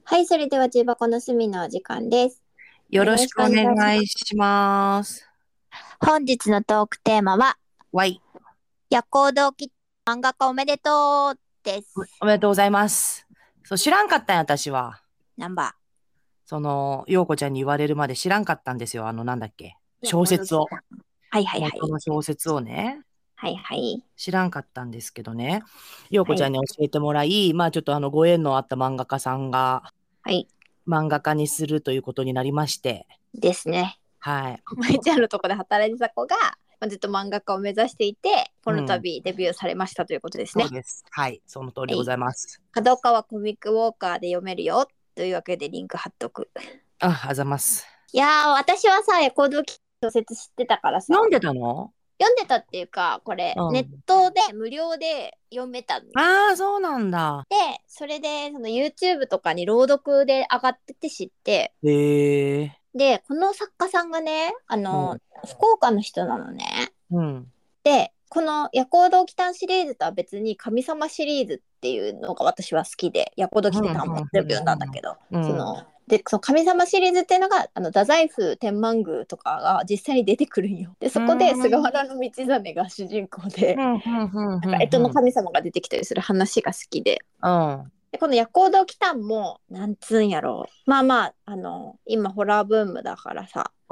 はい、それでは重箱の隅のお時間です。 よろよろしくおしくお願願いします。 いします。 本日のトークテーマは、 わい。 夜行動き漫画家おめでとうです。 おめでとうございます。そう、知らんかったんや、私は。 ナンバようこちゃんに言われるまで知らんかったんですよ。なんだっけ。 ー。夜行動小説を。 きはいはいはい。 元の小説をね。 はいはい。 知らんかったんですけどね。ようはい。 こちゃんに教えてもらい、まあちょっとご縁のあった漫画家さんがはい。 漫画家にするということになりまして。 ですね。 はい。 まいちゃんのとこで働いてた子が、ずっと漫画家を目指していて、このうん。 度デビューされましたということですね。 そうです。はい。その通りでごはい。 ざいます。 角川コミックウォーカーで読めるよというわけでリンク貼っとく。 あざます。 いやー、私はさ、夜行動き小説知ってたからさ、 読んでたの？ 読んでたっていうか、これ、ネッうん。 トで無料で読めたのよ。 ああ、そうなんだ。 で、それで、その YouTube とかに朗読で上がってて知って、 へえ。 で、この作家さんがね、 うん。 福岡の人なのね。 うん。 で、この夜行動奇譚シリーズとは別に神様シリーズっていうのが私は好きで、夜行動うん、 奇譚も全部読んだんだけど、 うん、うん。 その神様シリーズっていうのが、太宰府天満宮とかが実際に出てくるんよ。で、 うそこで菅ん、 原道真が主人公で、 うん、うん、うん、 なんか干支のうん。 神様が出てきたりする話が好きで、 うん、 でこの夜行動奇譚も、なんつうんやろう。まあまあ、今ホラーブームだからさ、 うん、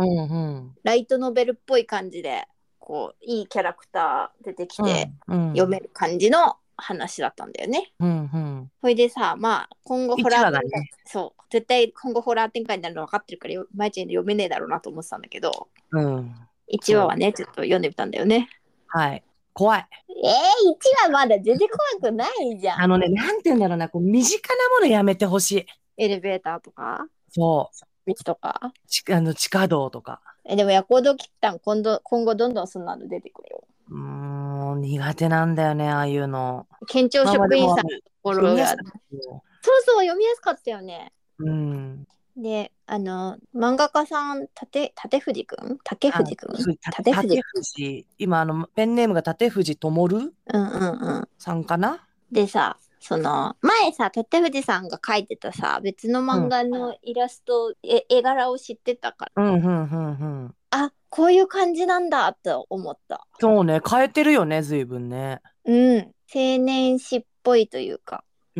ライトノベルっぽい感じで、こう、いいキャラクター出てきてうん、うん、 読める感じの話だったんだよね。 うん、うん。 それでさ、まあ、今後ホラー展開、 一話がね。 そう、絶対今後ホラー展開になるの分かってるから、毎日読めねえだろうなと思ってたんだけど、 うん。 1話そう。 はね、ちょっと読んでみたんだよね。 はい。怖い。 1話まだ全然怖くないじゃん。 なんて言うんだろうな、身近なものやめてほしい。 エレベーターとか、 そ道とか。 う。地下道とか。 でも夜行動期間今後どんどんそんなの出てくるよ。 苦手なんだよね、ああいうの。 県庁まあまあでも、 職員さんのところが、 読みやすかったよ。 そうそう、読みやすかったよね。 うん。 で、漫画家さん、立藤くん竹はい。 藤くん立藤竹く藤、今ペンネームが竹藤灯ん。うんうんうん。 さんかな？ でさ、前さ、立藤さんが描いてたさ、別のうん。 漫画のイラスト、絵柄を知ってたから、 うん、うん、うん、うん。 あ、こういう感じなんだと思った。 そうね、変えてるよね、随分ね。 うん。青年誌っぽいというか、 うん。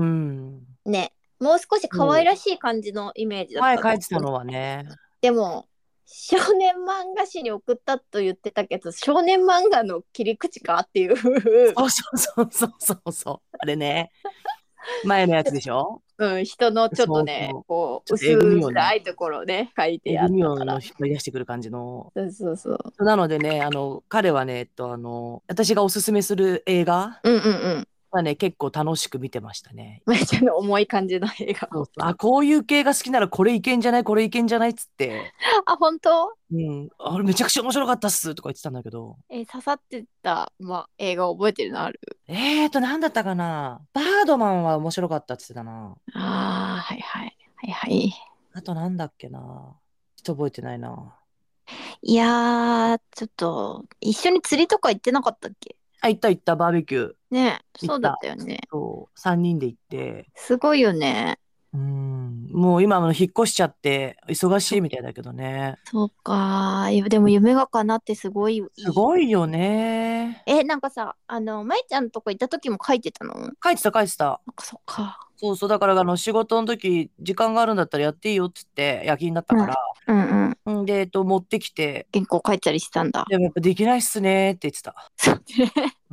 ね。もう少し可愛そう。 らしい感じのイメージだっ前たんだけど、 書いてたのはね。 でも、少年漫画誌に送ったと言ってたけど、少年漫画の切り口かっていうそうそうそうそうそうそう。あれね。前のやつでしょ？ うん、人のちょっとね、 そうそう。 こう、 ちょっとえぐみをね、 薄暗いところをね、書いてえやぐみをったから。 引っ張り出してくる感じの。 そうそうそう。 なのでね、彼はね、私がおすすめする映画うんうんうん。 はね、結構楽しく見てましたね。 めっちゃの重い感じの映画を。 そうそう。あ、こういう系が好きならこれいけんじゃないこれいけんじゃないっつって、 あ、本当？ うん、あれめちゃくちゃ面白かったっすとか言ってたんだけど、 刺さってた、映画覚えてるのある？ なんだったかな。バードマンは面白かったって言ってたな。 ああー、はいはい。はいはい。 あとなんだっけな。ちょっと覚えてないな。 いやー、ちょっと、一緒に釣りとか行ってなかったっけ？ あ、行った、バーベキュー。 ねえ、そうだっ行った。 たよね。 そう、3人で行って、 すごいよね。 もう今引っ越しちゃって忙しそ、 いみたいだけどね。 そうか。でも夢が叶ってすごいいすい。 ごいよね。 なんかさ、まいちゃんとこ行った時も書いてたの？なん書いてた、書いてた。 かそっか。 そうそう、だから仕事の時、時間があるんだったらやっていいよって言って、夜勤だったうん。 から。 うんうん。 で、持ってきて、 原稿書いてたりしたんだ。 でもやっぱできないっすねって言ってた。 そうね。 うん。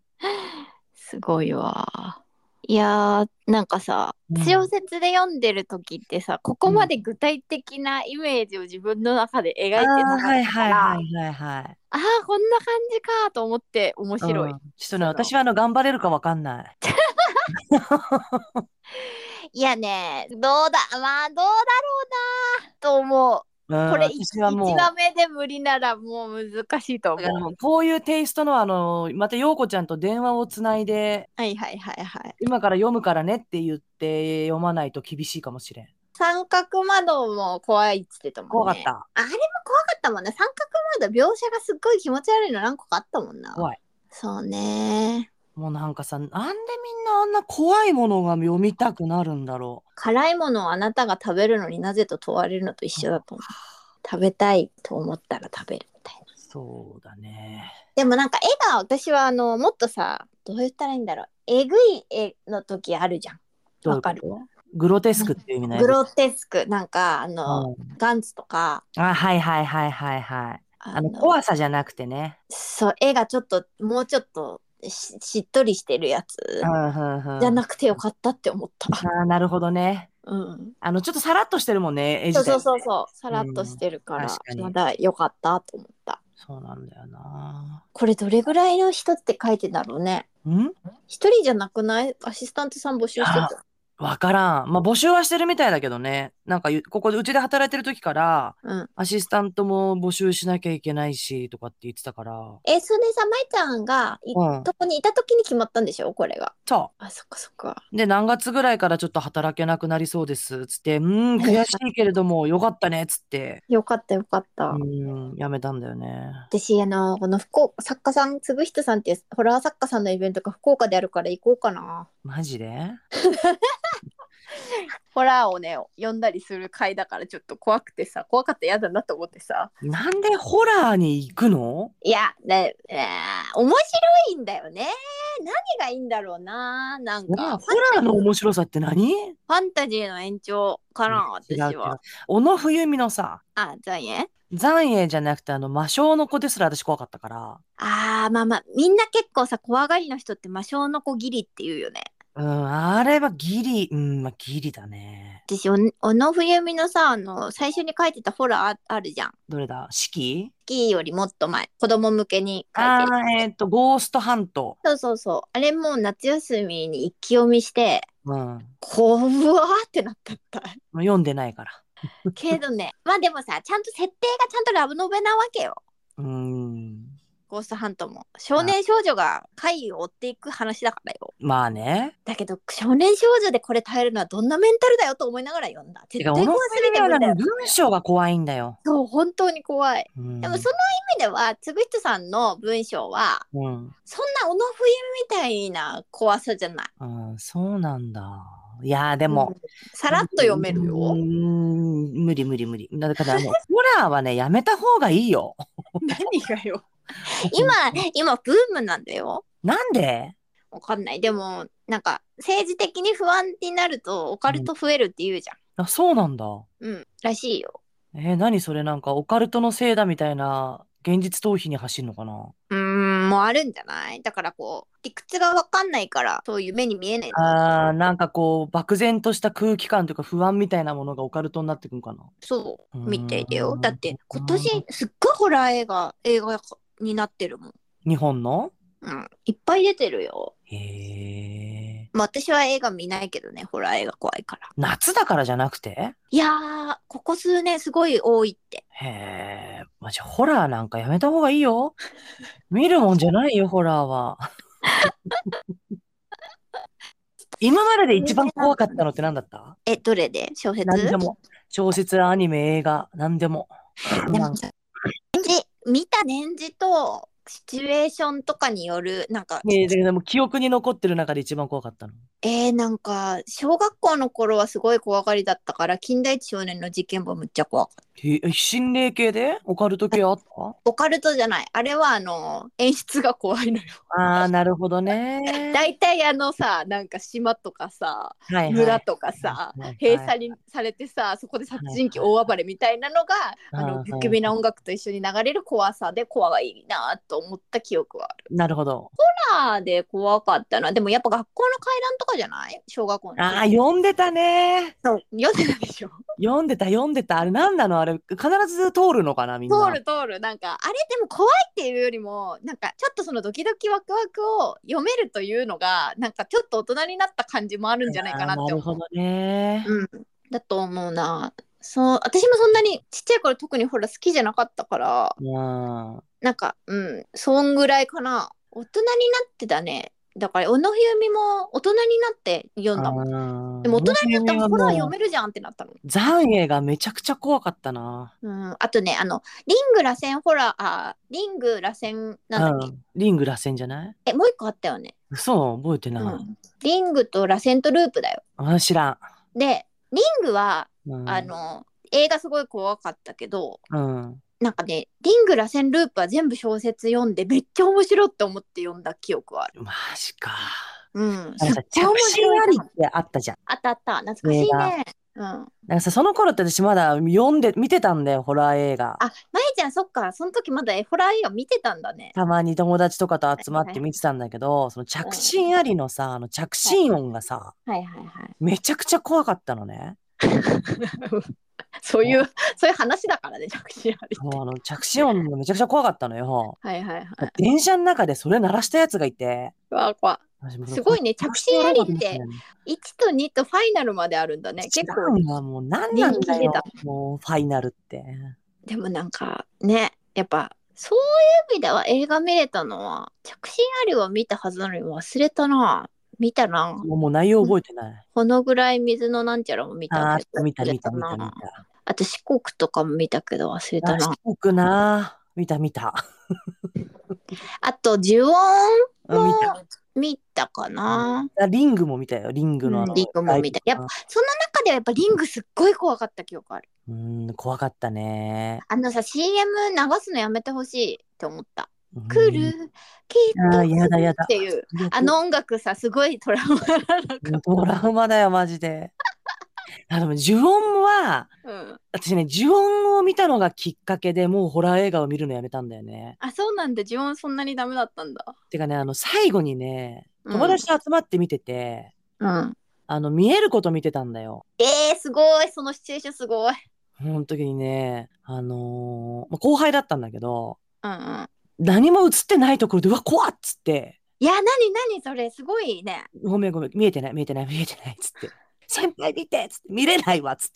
すごいわ。いやー、なんかさ、小うん。 説で読んでる時ってさ、ここまうん。 で具体的なイメージを自分の中であ描いてなあ、 かっはいたから、 はいはいはいはい。 ああ、こんな感じかと思って面う白い。 ん。ちょっとね、私は頑張れるかわかんない。 いやね、どうだ、まあどうだろうなと思う。 うん、 これ私は 1話も目で無理ならもう難しいとう、だから思う。 もうこういうテイストのまた陽子ちゃんと電話をつないで、 はいはいはいはい。 今から読むからねって言って読まないと厳しいかもしれん。 三角窓も怖いっつってたもんね。 怖かった。 あれも怖かったもんね。三角窓描写がすっごい気持ち悪いの何個かあったもんな。 怖い。 そうね。 もうなんかさ、なんでみんなあんな怖いものが読みたくなるんだろ辛いものをあなたが食べるのになぜと問われるのと一緒だと思う。食べたいと思ったら食べるみたいな。 う。そうだね。 でもなんか絵が私はもっとさ、どう言ったらいいんだろう。えぐい絵の時あるじゃん。 どういうこわかる？ と？グロテスクっていう意味のやつ。 グロテスク、なんかうん。 ガンツとか、 あ、はいはいはいはいはい。 あの、 怖さじゃなくてね。 そう、絵がちょっと、もうちょっとしっとりしてるやつうん、うん、うん。 じゃなくてよかったって思った。 ああ、なるほどね。 うん。 ちょっとさらっとしてるもんね、絵そうそう自体。 そうそう、さらっとしうん。 てるから、ま確かに。 だよかったと思った。 そうなんだよな。 これどれぐらいの人って書いてんだろうね。 ん一人じゃなくない？アシスタントさん募集していや、 た。 わからん。まあ、募集はしてるみたいだけどね。なんか、ここでうちで働いてる時から、 うん。 アシスタントも募集しなきゃいけないし、とかって言ってたから。 それでさ、まいちゃんがうん。 とこにいた時に決まったんでしょこれが。 そあ、そっかそっか。 う。で、何月ぐらいからちょっと働けなくなりそうです、つって、悔しいけれども、よかったね、つって、 よかったよかっうた。 やめたんだよね。 私、この福岡、作家さん、つぐひとさんっていうホラー作家さんのイベントが福岡であるから行こうかな。 マジで？ ホラーをね、読んだりする回だからちょっと怖くてさ、怖かったら嫌だなと思ってさ。 なんでホラーに行くの？ いや、面白いんだよね。何がいいんだろうな。なんか、 ホラーの面白さって何？違うファンタジーの延長かな、 違う。 私は。 小野冬美のさ、 あ、残影。 残影じゃなくて魔性の子ですら私怖かったから。 まあまあ、みんな結構さ、怖がりの人って魔性の子ギリって言うよね。 あれはギリ、まあギリだね。 私、小野冬美のさ、最初に書いてたホラーあるじゃん。 どれだ？四季？ スキーよりもっと前、子供向けに書いてる。 ゴーストハント。 そうそうそう。あれも夏休みに一気読みして、 うん。 怖ーってなったった。 読んでないから。 けどね、まあでもさ、ちゃんと設定がちゃんとラブノベなわけよ。 うーん。 ゴーストハントも。少あ、 年少女が怪を追っていく話だからよ。 まあね。 だけど、少年少女でこれ耐えるのはどんなメンタルだよと思いながら読んだ。 てか、小野絶対怖すぎて無理だよ。 文章が怖いんだよ。 そう、本当に怖い。 うん。 でもその意味では、つぐひとさんの文章は、 うん。 そんな小野冬みたいな怖さじゃない。 そうなんだ。いやー、でうん、 も、 さらっと読めるよ。 無理無理無理。だからホラーはね、やめた方がいいよ。 何がよ。今、ブームなんだよ。 なんで？ わかんない。でも、なんか、政治的に不安になると、オカルト増えるって言うじゃん。 あ、そうなんだ。 うん、らしいよ。 何それなんかオカルトのせいだみたいな現実逃避に走るのかな？ もうあるんじゃない？だからこう、理屈がわかんないから、そういう目に見えないの。 なんかこう、漠然とした空気感というか不安みたいなものがオカルトになってくんかな。 そう、みたいだよ。だん。 って、今年、すっごいホラー映画になってるもん。 日本の？ うん、いっぱい出てるよ。 へえ。 まあ、私は映画見ないけどね、ホラー映画怖いから。 夏だからじゃなくて？ いやー、ここ数年すごい多いって。 へえ。マジホラーなんかやめた方がいいよ。見るもんじゃないよ、ホラーは。今までで一番怖かったのって何だった？ どれで？小説？ 何でも。小説、アニメ、映画、何でも。 でもさ、見た年次とシチュエーションとかによる、なんか、 でも記憶に残ってる中で一番怖かったの。 なんか、小学校の頃はすごい怖がりだったから、金田一少年の事件簿むっちゃ怖かった。 心霊系でオカルト系あった？ オカルトじゃない。あれは演出が怖いのよ。 なるほどね。 大体さ、なんか島とかさ、 はいはい。 村とかさ、 はいはい閉鎖にされてさ、そこで殺人鬼大暴れみたいなのが、不気味な音楽と一緒に流れる怖さで怖いなと思った記憶はある。 なるほど。 ホラーで怖かったのは、でもやっぱ学校の階段とかじゃない？小学校の時。 読んでたね。 そう、読んでたでしょ。 読んでた。あれ何なの？あれ、必ず通るのかなみんな。 通る。なんか、あれでも怖いっていうよりも、なんかちょっとそのドキドキワクワクを読めるというのが、なんかちょっと大人になった感じもあるんじゃないかなって思う。 なるほどね。 うん。だと思うな。そう、私もそんなにちっちゃい頃特にほら好きじゃなかったから、 うん。 なんか、そんぐらいかな。大人になってたね。だから、小野冬美も大人になって読んだもん。でも大人になったらホラー読めるじゃんってなったの。 残影がめちゃくちゃ怖かったな。 あとね、リング螺旋なんだっけ？ リング螺旋じゃない？ もう一個あったよね。 嘘、覚えてない。 うん。リングと螺旋とループだよ。 あ、知らで、リングは、 ん。うん。 あの、映画すごい怖かったけど、 うん。 なんかね、リング、螺旋、ループは全部小説読んで、めっちゃ面白いって思って読んだ記憶はある。 マジか。 うん、すっさ、 ごい面着信白いって。 ありってあったじゃん。 あったあった、懐かし映画。 いね。うん。 さ、その頃って私まだ見てたんだよ、ホラー映画。 あ、まいちゃん、そっか、その時まだホラー映画見てたんだね。 たまに友達とかと集まっはいはいて見てたんだけど、その着はい。 信ありのさ、着はい、 信音がさ、 はいはいはい。 めちゃくちゃ怖かったのね。 そういう、そういう話だからね、着信ありって。 そう、着信音がめちゃくちゃ怖かったのよ。 はいはいはい。 電車の中でそれ鳴らしたやつがいて、 わわ。 私もうこれすごいね、着信殺してやろうかありって、 と思ってね。 1と2とファイナルまであるんだね。 知結構らんわ、もう何なん人気出た。 だよ、もうファイナルって。 でもなんかね、やっぱ、そういう意味では映画見れたのは、着信ありは見たはずなのに忘れたな。見たな。 もう内容覚えてない。 このぐらい水のなんちゃらも見たああ、 けど忘れた見な。 た。 あと四国とかも見たけど忘れたあ、四な。 国な。見た。 あと呪音あ、見た。 も見たかな。 あ、リングも見たよ。リングのうん、リングも見た。やっぱ、 あその中ではやっぱリングすっごい怖かった記憶ある。 怖かったね。 あのさ、CM 流すのやめてほしいって思った。 うん。 来る、きっとああ、やだ来るやだ。 っていう、 最悪。 あの音楽さ、すごいトラウマなんか。 トラウマだよ、マジで。でも、呪音は、 うん。 私ね、呪音を見たのがきっかけでもうホラー映画を見るのやめたんだよね。 あ、そうなんだ。呪音そんなにダメだったんだ。 てかね、最後にね、 うん。 友達と集まって見てて、 うん。 見えること見てたんだよ。 すごい。そのシチュエーションすごい。 その時にね、まあ後輩だったんだけど、 うんうん。 何も映ってないところで、うわ、怖っつって、 いや、なになにそれ、すごいね。 ごめんごめん、見えてないっつって、先輩見てっつって、見れないわっつって。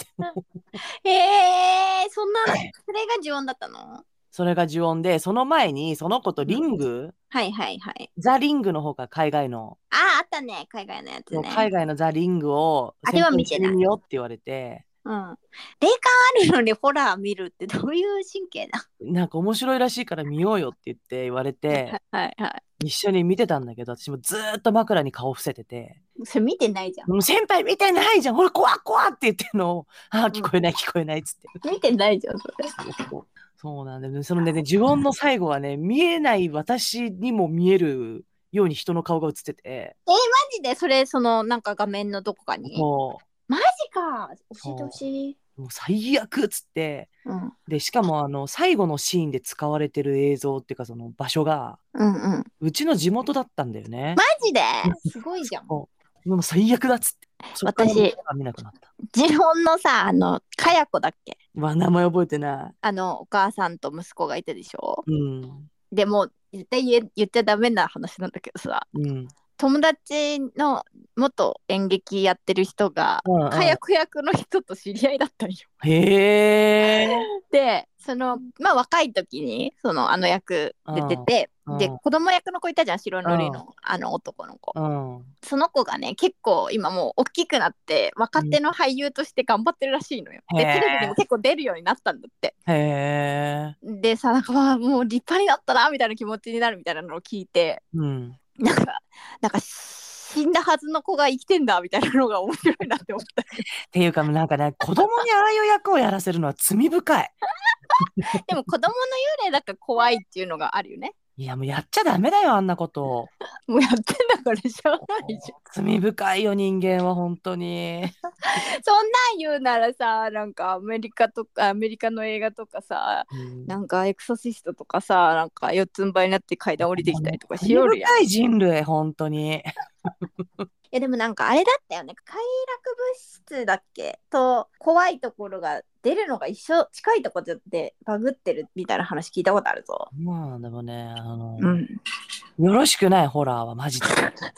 そんな、それが呪音だったの？ それが呪音で、その前に、その子とうん。 リング、 はいはいはい。 ザ・リングの方が海外の、 ああ、あったね。海外のやつね。 海外のザ・リングをあれ先輩一緒には見てない。 見ようって言われて、 うん。霊感あるのにホラー見るってどういう神経だ？ なんか面白いらしいから見ようよって言われて、 はいは一緒に見てたんだけど、私もずーっと枕に顔伏せてて、 い。それ見てないじゃん。 もう先輩見てないじゃん、ほら、怖って言ってんの。ああ、 うん。 聞こえないっつって。 見てないじゃん、それ。 そうなんだよね。そのね、呪音の最後はね、見えない私にも見えるように人の顔が映ってて、 マジでそれ、なんか画面のどこかに？ もマジか。 う、 教えてほしい。 もう最悪っつって、 うん。 で、しかも最後のシーンで使われてる映像っていうか、その場所が、 うんうん。 うちの地元だったんだよマね。 ジですごいじゃん。 そう。もう最悪だっつって。そっからもう私、 見なくなった。 ジロンのさ、かや子だっけ？ まあ、名前覚えてなお母さんと息子がいてでしょ？ い。うん。 でも、絶対言っちゃダメな話なんだけどさ、 うん。 友達の元演劇やってる人が、 うんうん。 かや子役の人と知り合いだったんよ。 へえ。 で、まあ若い時に、あの役で出うん。 て、で、 うん。 子供役の子いたじゃん、白塗りうん。 の、あの男の子。 うん。 その子がね、結構今もう大きくなって、若手の俳優として頑張ってるらしいのよ。 へで、テレビにもえ。 結構出るようになったんだって。 へえ。 でさ、なんかまあ、もう立派になったな、みたいな気持ちになるみたいなのを聞いて、 うん。 なんか死んだはずの子が生きてんだ、みたいなのが面白いなって思った。 っていうか、なんかね、子供にああいう役をやらせるのは罪深い。 でも子供の幽霊だから怖いっていうのがあるよね。 いや、もうやっちゃダメだよ、あんなこと。 もうやってんだからしょうがないじゃん。 罪深いよ、人間は、本当に。 そんなん言うならさ、なんかアメリカの映画とかさ、 うん。 なんかエクソシストとかさ、なんか四つん這いになって階段降りてきたりとかし罪よるやん。い深い人類、本当に。 やでもなんかあれだったよね。快楽物質だっけと怖いところが出るのが一緒、近いところでバグってるみたいな話聞いたことあるぞ。 まあ、でもね、 うん。 よろしくない、ホラーは、マジで。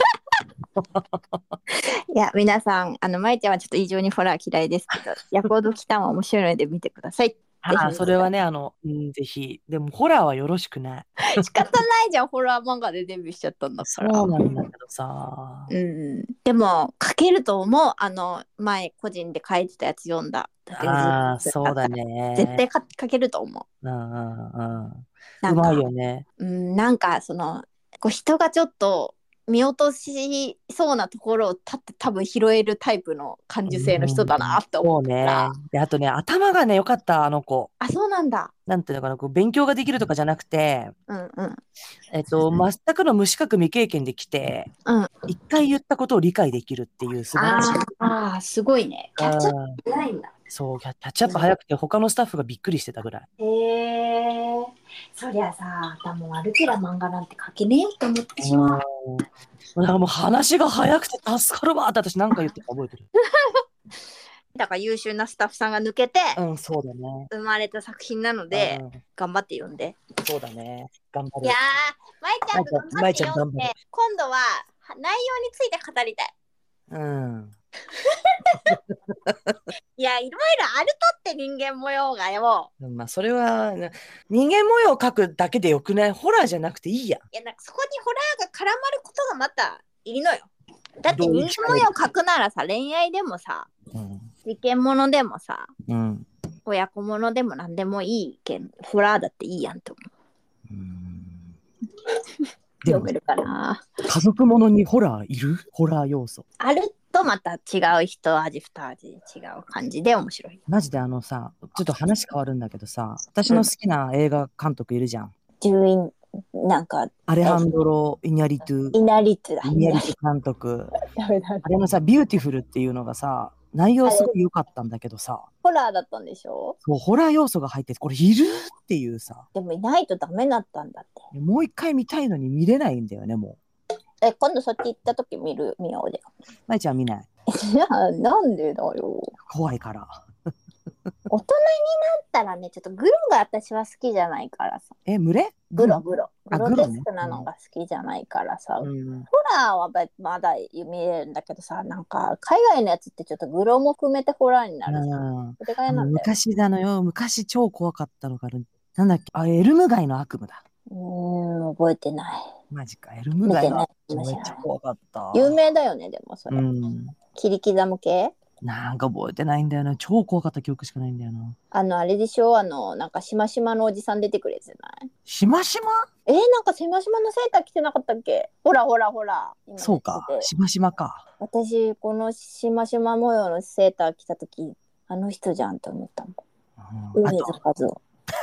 いや、皆さん、まいちゃんはちょっと異常にホラー嫌いですけど、ヤコード来たんは面白いので見てください。ぜひああ、 見てくださそれはね、ぜひ。でも、ホラーはよろしくない。 い。仕方ないじゃん、ホラー漫画でデビューしちゃったんだから。 そうなんだけどさ。 うん。でも、書けると思う。前、個人で書いてたやつ読んだ。竹内ああ、 だったらそうだね。 絶対書けると思う。 うんうんうん。うまいなんか、 よね。 なんか、こう人がちょっと、 見落としそうなところを多分拾えるタイプの感受性の人だなって思ったから。 そうね。で、あとね、頭がね、良かった、あの子。 あ、そうなんだ。 なんていうのかな、こう勉強ができるとかじゃなくて、 うんうん。 全くの無資格未経験で来て、 うん。 一回言ったことを理解できるっていう素晴らしい。 すごいね。キャッチアップないんだ。 そう、キャッチアップ早くて他のスタッフがびっくりしてたぐらい。 へえ。そりゃさ、頭悪けりゃ漫画なんて書けねえよって思ってしまう。 だからもう話が早くて助かるわって私なんか言ってた覚えてる。 だから優秀なスタッフさんが抜けて、 そうだね。 生まれた作品なので、頑張って読んで。 そうだね。頑張る。 いやー、まいちゃんと頑張って読んで、今度は内容について語りたい。いや、いろいろあるとって人間模様がよ。 まあそれは人間模様を描くだけでよくない？ホラーじゃなくていいやん。 いや、なんかそこにホラーが絡まることがまたいいのよ。だって人間模様を描くならさ、恋愛でもさ、事件ものでもさ、親子ものでも何でもいいけん、ホラーだっていいやんと思う。読めるかな。 家族ものにホラーいる？ホラー要素あるとまた違う一味二味違う感じで面白い。 マジでさ、ちょっと話変わるんだけどさ、私の好きな映画監督いるじゃん。 なんかアレハンドロ・イニャリトゥ監督。あれのさ、ビューティフルっていうのがさ、内容すごい良かったんだけどさ、 ホラーだったんでしょ？ そう、ホラー要素が入ってて、これいるっていうさ。 でもいないとダメだったんだって。 もう一回見たいのに見れないんだよね、もう。 今度そっち行った時見ようで。 まいちゃん見ない？ いや、なんでだよ。 怖いから。 大人になったらね、ちょっとグロが私は好きじゃないからさ。 群れ？ グロテスクなのが好きじゃないからさ。ホラーはまだ見えるんだけどさ、なんか海外のやつってちょっとグロも含めてホラーになるじゃん。それが嫌なんだよ。 昔超怖かったのがある。なんだっけ？エルム街の悪夢だ。 覚えてない。 マジか、エルム街の悪夢めっちゃ怖かった。 有名だよね、でもそれ。切り刻む系？ なんか覚えてないんだよな。超怖かった記憶しかないんだよな。 あれでしょ？なんかしましまのおじさん出てくるやつじゃない？ しましま？ なんかしましまのセーター着てなかったっけ？ほら。 そうか、しましまか。 私、このしましま模様のセーター着たとき、あの人じゃんと思ったもん。梅津和夫。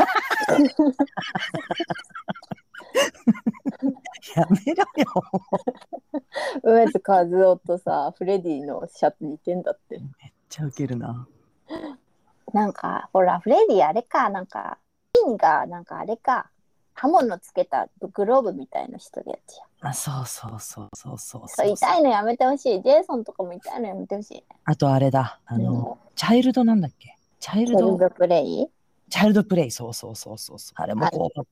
やめろよ。 梅津和夫とさ、フレディのシャツ似てんだって。 めっちゃウケるな。 なんか、ほら、フレディあれか、なんか、ピンが、なんかあれか、刃物つけたグローブみたいな人でやつや。そう痛いのやめてほしい。ジェイソンとかも痛いのやめてほしい。 あとあれだ、チャイルドなんだっけ？チャイルドプレイ、そう。あれも怖かった。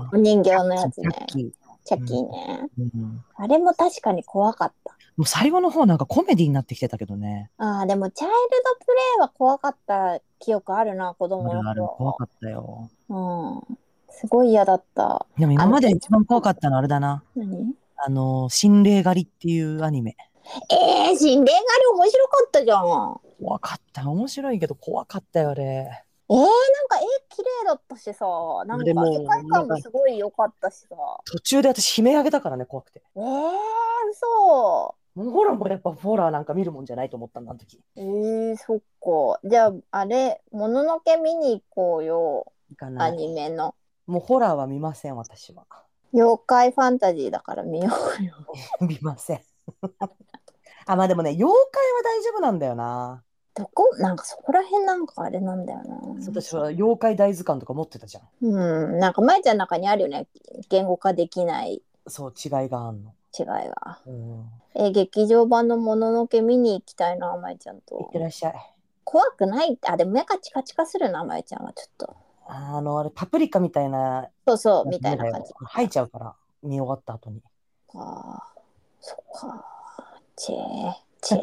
お人形のやつね。チャッキーね。あれも確かに怖かった。 もう最後の方なんかコメディになってきてたけどね。 でもチャイルドプレイは怖かった記憶あるな、子供の頃。 怖かったよ。 すごい嫌だった。 でも今まで一番怖かったのあれだな。 何？ 心霊狩りっていうアニメ。 心霊狩り面白かったじゃん。 怖かった。面白いけど怖かったよ、あれ。 なんか綺麗だったしさ、なんか世界観もすごい良かったしさ。 途中で私悲鳴あげたからね、怖くて。 嘘。 ホラーもやっぱホラーなんか見るもんじゃないと思ったんだ、あの時。 そっか。じゃあ、もののけ見に行こうよ。アニメの。 もうホラーは見ません、私は。 妖怪ファンタジーだから見ようよ。 見ません。まあでもね、妖怪は大丈夫なんだよな。 なんかそこら辺なんかあれなんだよな。 私は妖怪大図鑑とか持ってたじゃん。なんか舞ちゃんの中にあるよね。言語化できない。 そう、違いがあんの。 違いが。劇場版のもののけ見に行きたいな、舞ちゃんと。 いってらっしゃい。 怖くない？でも目がチカチカするな、舞ちゃんはちょっと。 あれパプリカみたいな。 そう、みたいな感じ。 吐いちゃうから、見終わった後に。 そっか。チェ。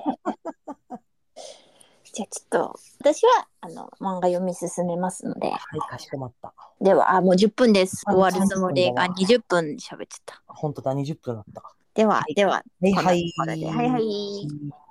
じゃあちょっと私は漫画読み進めますので。 はい、かしこまった。 ではもう10分です。終わるつもりが20分喋っちゃった。 本当だ、20分だった。 では、 はい。 はい。